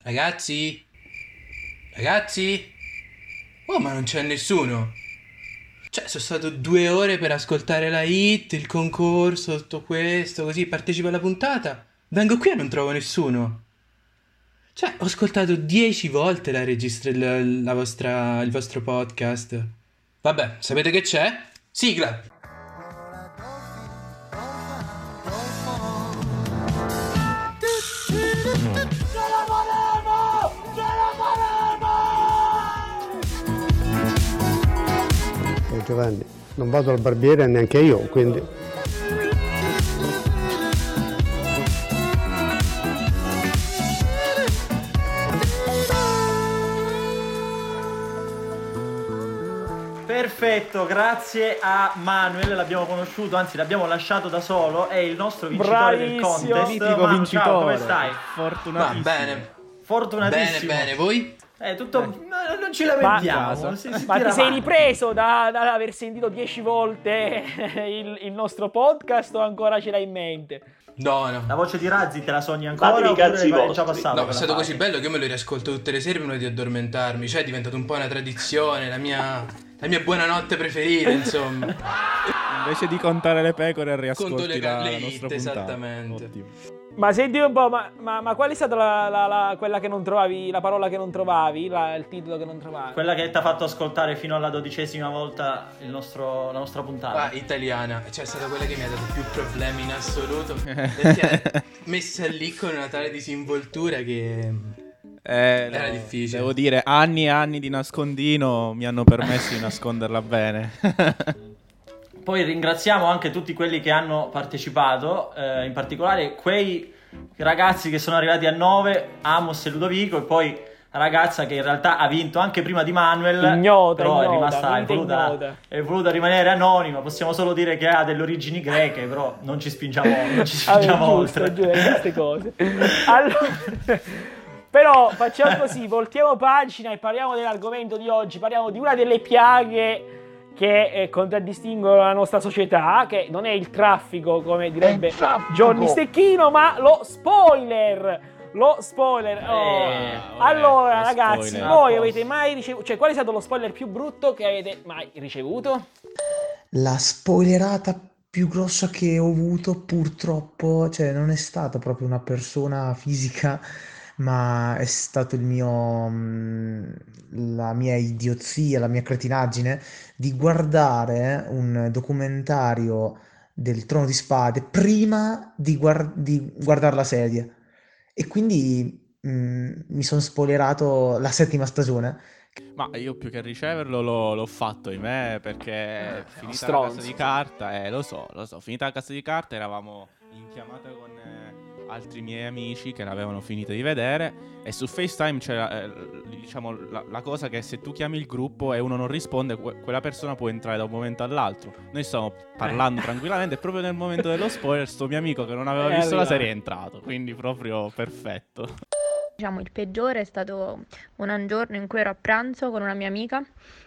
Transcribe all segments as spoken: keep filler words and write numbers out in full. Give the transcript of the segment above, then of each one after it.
Ragazzi? Ragazzi? Oh, ma non c'è nessuno. Cioè, sono stato due ore per ascoltare la hit, il concorso, tutto questo, così partecipo alla puntata. Vengo qui e non trovo nessuno. Cioè, ho ascoltato dieci volte la registra il, la vostra, il vostro podcast. Vabbè, sapete che c'è? Sigla! Giovanni, non vado al barbiere neanche io, quindi... Perfetto, grazie a Manuel, l'abbiamo conosciuto, anzi l'abbiamo lasciato da solo, è il nostro vincitore del Bravissimo, contest. mitico Manu, vincitore. ciao, come stai? Va Fortunatissimo. bene. Fortunatissimo. Bene, bene, voi? Eh, tutto... ma non ci lamentiamo. Ma, si, si ma tira ti sei avanti. ripreso da, da aver sentito dieci volte il, il nostro podcast o ancora ce l'hai in mente? No, no. La voce di Razzi te la sogni ancora Fatevi i oppure cazzi è già vostri. passato? No, è quella stato fase? così bello che io me lo riascolto tutte le sere prima di addormentarmi. Cioè, è diventato un po' una tradizione, la mia, la mia buonanotte preferita, insomma. Invece di contare le pecore, riascolti Conto le, la, le la hit, nostra puntata. esattamente. Ottimo. Ma senti un po', ma, ma, ma qual è stata la, la, la- quella che non trovavi, la parola che non trovavi, la- il titolo che non trovavi? Quella che ti ha fatto ascoltare fino alla dodicesima volta il nostro, la nostra puntata. Ah, italiana, cioè è stata quella che mi ha dato più problemi in assoluto. Perché è messa lì con una tale disinvoltura che... Eh, Era no, difficile. Devo dire, anni e anni di nascondino mi hanno permesso di nasconderla bene. Poi ringraziamo anche tutti quelli che hanno partecipato, eh, in particolare quei ragazzi che sono arrivati a nove, Amos e Ludovico, e poi la ragazza che in realtà ha vinto anche prima di Manuel, Ignota, però è ignota, rimasta, è vinta voluta, ignota. è voluta rimanere anonima. Possiamo solo dire che ha delle origini greche, però non ci spingiamo, non ci Ah, spingiamo giusto, oltre. giusto, queste cose. Allora, però facciamo così, voltiamo pagina e parliamo dell'argomento di oggi. Parliamo di una delle piaghe che eh, contraddistinguono la nostra società, che non è il traffico, come direbbe Johnny Stecchino, ma lo spoiler. Lo spoiler. Oh. Eh, allora, lo ragazzi, spoiler. voi avete mai ricevuto, cioè, qual è stato lo spoiler più brutto che avete mai ricevuto? La spoilerata più grossa che ho avuto, purtroppo, cioè non è stata proprio una persona fisica, ma è stato il mio, mm, la mia idiozia, la mia cretinaggine di guardare un documentario del Trono di Spade prima di, guar- di guardare la serie. E quindi mm, mi sono spoilerato la settima stagione. Ma io più che riceverlo l'ho, l'ho fatto in me perché finita la stronzo. casa di carta, eh lo so, lo so, finita la casa di carta eravamo in chiamata con eh, altri miei amici che l'avevano finita di vedere e su FaceTime c'era eh, diciamo la, la cosa che se tu chiami il gruppo e uno non risponde, que- quella persona può entrare da un momento all'altro. Noi stavamo parlando tranquillamente e proprio nel momento dello spoiler sto mio amico che non aveva È visto la arrivato. serie è entrato, quindi proprio perfetto. Diciamo, il peggiore è stato un giorno in cui ero a pranzo con una mia amica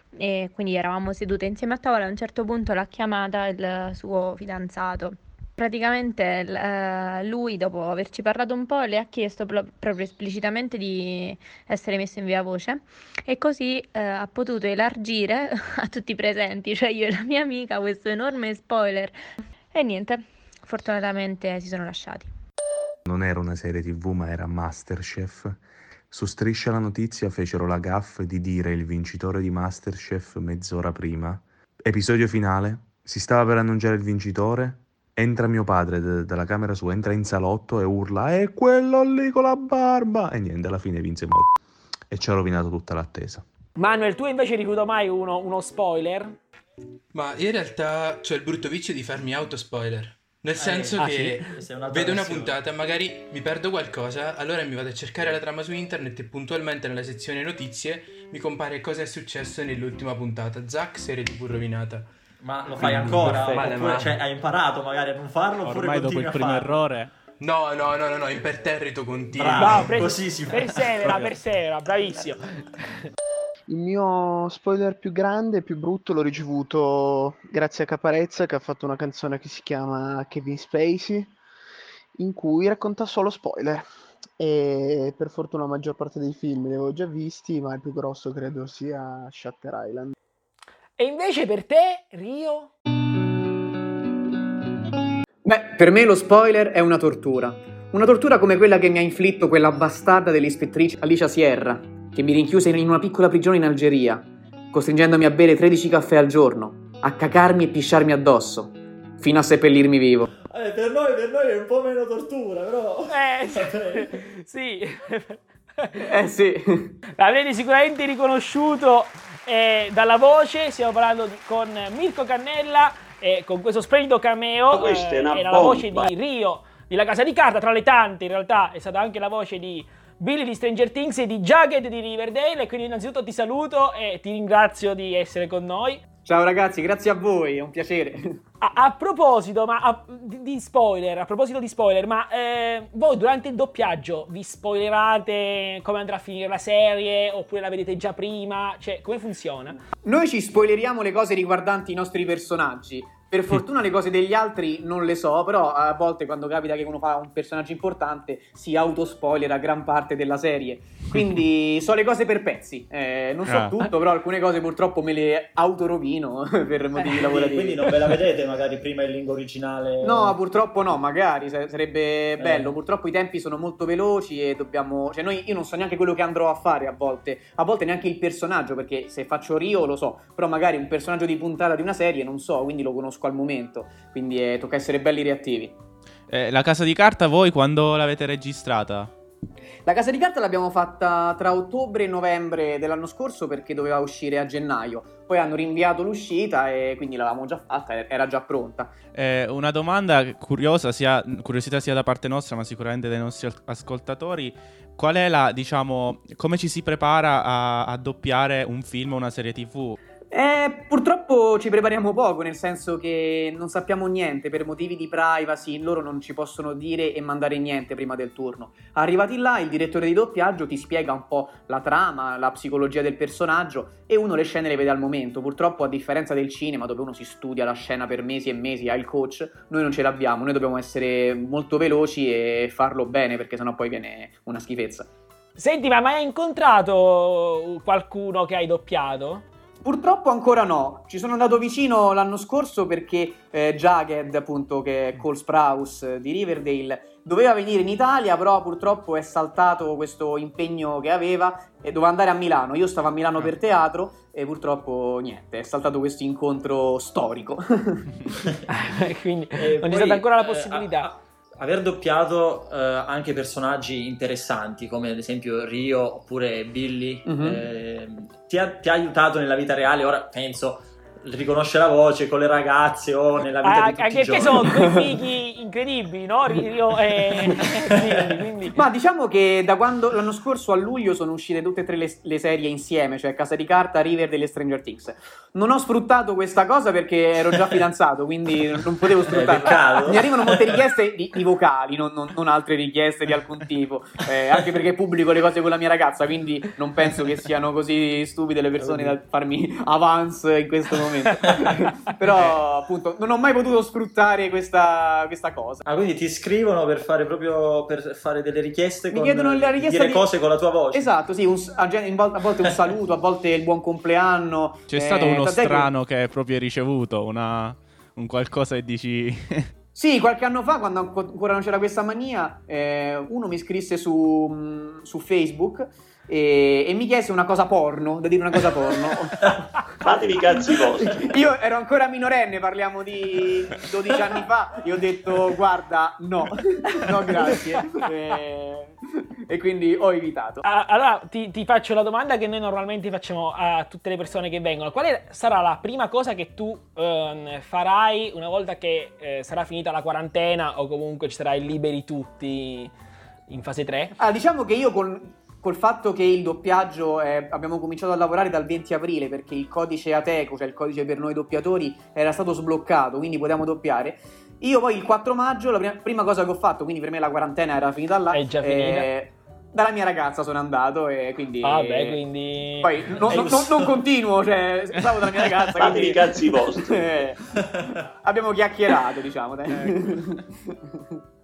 e quindi eravamo sedute insieme a tavola e a un certo punto l'ha chiamata il suo fidanzato. Praticamente l- eh, lui, dopo averci parlato un po', le ha chiesto pro- proprio esplicitamente di essere messo in viva voce e così eh, ha potuto elargire a tutti i presenti, cioè io e la mia amica, questo enorme spoiler. E niente, fortunatamente si sono lasciati. Non era una serie tivù, ma era Masterchef. Su Striscia la Notizia fecero la gaffe di dire il vincitore di Masterchef mezz'ora prima. Episodio finale, si stava per annunciare il vincitore, entra mio padre d- dalla camera sua, entra in salotto e urla «È quello lì con la barba!» E niente, alla fine vinse Mo. E ci ha rovinato tutta l'attesa. Manuel, tu invece hai rifiutato mai uno, uno spoiler? Ma in realtà c'ho il brutto vizio di farmi autospoiler. Nel senso ah, che sì? Questa è un'altra vedo una versione. puntata, magari mi perdo qualcosa, allora mi vado a cercare la trama su internet e puntualmente nella sezione notizie mi compare cosa è successo nell'ultima puntata. Zack, serie tivù rovinata. Ma lo fai ancora? Perfetto. Oppure, Ma- cioè, hai imparato magari a non farlo oppure Ormai dopo continui il a primo farlo? errore No, no, no, no, no, imperterrito continuo. Bravo. Bravo, pres- così si fa. persevera, persevera, bravissimo. Il mio spoiler più grande e più brutto l'ho ricevuto grazie a Caparezza, che ha fatto una canzone che si chiama Kevin Spacey, in cui racconta solo spoiler. e per fortuna la maggior parte dei film li avevo già visti, ma il più grosso credo sia Shutter Island. E invece per te, Rio? Beh, per me lo spoiler è una tortura. Una tortura come quella che mi ha inflitto quella bastarda dell'ispettrice Alicia Sierra, che mi rinchiuse in una piccola prigione in Algeria, costringendomi a bere tredici caffè al giorno, a cacarmi e pisciarmi addosso, fino a seppellirmi vivo. Eh, per noi, per noi è un po' meno tortura, però... Eh, sì. Eh sì. L'avrete sicuramente riconosciuto eh, dalla voce, stiamo parlando di, con Mirko Cannella, eh, con questo splendido cameo, Questa è eh, una era la voce bomba. di Rio, di La Casa di Carta, tra le tante in realtà, è stata anche la voce di Billy di Stranger Things e di Jagged di Riverdale, e quindi innanzitutto ti saluto e ti ringrazio di essere con noi. Ciao ragazzi, grazie a voi, è un piacere. A, a proposito, ma a, di, di spoiler, a proposito di spoiler, ma eh, voi durante il doppiaggio vi spoilerate come andrà a finire la serie, oppure la vedete già prima? Cioè, come funziona? Noi ci spoileriamo le cose riguardanti i nostri personaggi. Per fortuna le cose degli altri non le so, però a volte quando capita che uno fa un personaggio importante si autospoilera gran parte della serie. Quindi so le cose per pezzi, eh, non so Ah. tutto, però alcune cose purtroppo me le autorovino per motivi lavorativi. Quindi non ve la vedete magari prima in lingua originale? No, purtroppo no, magari sa- sarebbe bello. Purtroppo i tempi sono molto veloci e dobbiamo. Cioè, noi io non so neanche quello che andrò a fare a volte. A volte neanche il personaggio, perché se faccio Rio lo so, però magari un personaggio di puntata di una serie non so, quindi lo conosco al momento. Quindi eh, tocca essere belli reattivi. Eh, la Casa di Carta voi quando l'avete registrata? La Casa di Carta l'abbiamo fatta tra ottobre e novembre dell'anno scorso perché doveva uscire a gennaio. Poi hanno rinviato l'uscita e quindi l'avevamo già fatta, era già pronta. Eh, una domanda curiosa, sia, curiosità sia da parte nostra, ma sicuramente dei nostri as- ascoltatori. Qual è la, diciamo, come ci si prepara a, a doppiare un film o una serie tivù? Eh, purtroppo ci prepariamo poco, nel senso che non sappiamo niente per motivi di privacy, loro non ci possono dire e mandare niente prima del turno. Arrivati là, il direttore di doppiaggio ti spiega un po' la trama, la psicologia del personaggio e uno le scene le vede al momento. Purtroppo, a differenza del cinema, dove uno si studia la scena per mesi e mesi, ha il coach, noi non ce l'abbiamo, noi dobbiamo essere molto veloci e farlo bene, perché sennò poi viene una schifezza. Senti, ma mai hai incontrato qualcuno che hai doppiato? Purtroppo ancora no, ci sono andato vicino l'anno scorso perché eh, Jagged, appunto, che è Cole Sprouse di Riverdale, doveva venire in Italia, però purtroppo è saltato questo impegno che aveva e doveva andare a Milano. Io stavo a Milano per teatro e purtroppo niente, è saltato questo incontro storico. Quindi E non c'è poi, stata ancora la eh, possibilità. a- a- aver doppiato eh, anche personaggi interessanti come ad esempio Rio oppure Billy Mhm. eh, ti, ha, ti ha aiutato nella vita reale? Ora penso riconosce la voce con le ragazze o nella vita Ah, di tutti anche i perché giorni. sono due fighi incredibili, no? Rio e Billy, quindi... Ma diciamo che da quando l'anno scorso a luglio sono uscite tutte e tre le, le serie insieme, cioè Casa di Carta, Riverdale e Stranger Things. Non ho sfruttato questa cosa perché ero già fidanzato, quindi non potevo sfruttarla. peccato. Mi arrivano molte richieste di, di vocali, non, non- non altre richieste di alcun tipo, eh, anche perché pubblico le cose con la mia ragazza, quindi non penso che siano così stupide le persone da farmi avance in questo momento. Però appunto non ho mai potuto sfruttare questa, questa cosa. Ah, quindi ti scrivono per fare proprio per fare delle richieste Mi con, chiedono la di richiesta dire di- cose con la tua voce. Esatto, sì, un, a, gen- in vol- a volte un saluto, a volte il buon compleanno. C'è eh, stato uno tant'è che- strano che proprio hai ricevuto, una, un qualcosa e dici... Sì, qualche anno fa, quando anco- ancora non c'era questa mania, eh, uno mi scrisse su, mh, su Facebook e, e mi chiese una cosa porno, da dire una cosa porno. Fatevi i cazzi vostri. Io ero ancora minorenne, parliamo di dodici anni fa, e ho detto guarda, no, no grazie. E, e quindi ho evitato. Ah, allora ti, ti faccio la domanda che noi normalmente facciamo a tutte le persone che vengono. Qual è- sarà la prima cosa che tu ehm, farai una volta che eh, sarà finita la quarantena o comunque ci sarai liberi tutti in fase tre? Ah, diciamo che io con, col fatto che il doppiaggio eh, abbiamo cominciato a lavorare dal venti aprile perché il codice Ateco, cioè il codice per noi doppiatori, era stato sbloccato, quindi potevamo doppiare. Io poi il quattro maggio, la prima, prima cosa che ho fatto, quindi per me la quarantena era finita là. È già eh, dalla mia ragazza sono andato e quindi... Ah, beh, quindi... Poi no- no- no- non continuo, cioè stavo dalla mia ragazza. Fatevi quindi- i cazzi vostri. Eh, abbiamo chiacchierato, diciamo. Dai.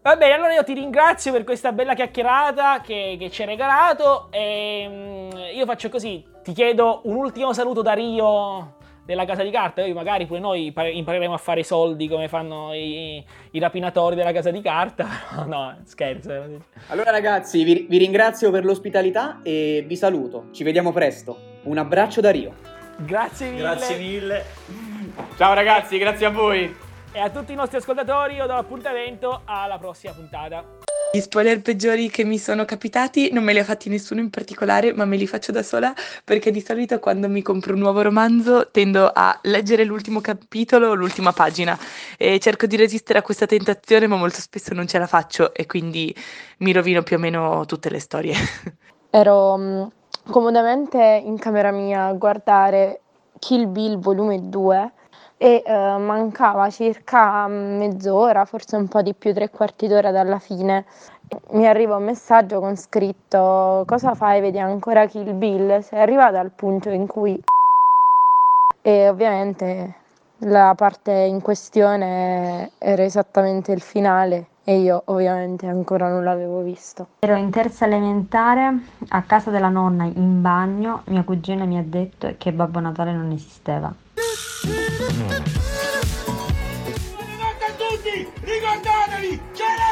Va bene, allora io ti ringrazio per questa bella chiacchierata che, che ci hai regalato e mm, io faccio così, ti chiedo un ultimo saluto da Rio della Casa di Carta, poi magari pure noi impareremo a fare i soldi come fanno i, i rapinatori della Casa di Carta, no, scherzo. Allora ragazzi, vi, vi ringrazio per l'ospitalità e vi saluto, ci vediamo presto, un abbraccio da Rio. Grazie mille. Grazie mille. Ciao ragazzi, grazie a voi. E a tutti i nostri ascoltatori io do l'appuntamento alla prossima puntata. Gli spoiler peggiori che mi sono capitati non me li ha fatti nessuno in particolare, ma me li faccio da sola perché di solito quando mi compro un nuovo romanzo tendo a leggere l'ultimo capitolo o l'ultima pagina e cerco di resistere a questa tentazione, ma molto spesso non ce la faccio e quindi mi rovino più o meno tutte le storie. Ero um, comodamente in camera mia a guardare Kill Bill volume due e uh, mancava circa mezz'ora, forse un po' di più, tre quarti d'ora dalla fine. Mi arriva un messaggio con scritto: cosa fai, vedi ancora Kill Bill? Sei arrivata al punto in cui... E ovviamente la parte in questione era esattamente il finale e io ovviamente ancora non l'avevo visto. Ero in terza elementare, a casa della nonna in bagno, mia cugina mi ha detto che Babbo Natale non esisteva. Buonanotte a tutti, ricordatevi, c'è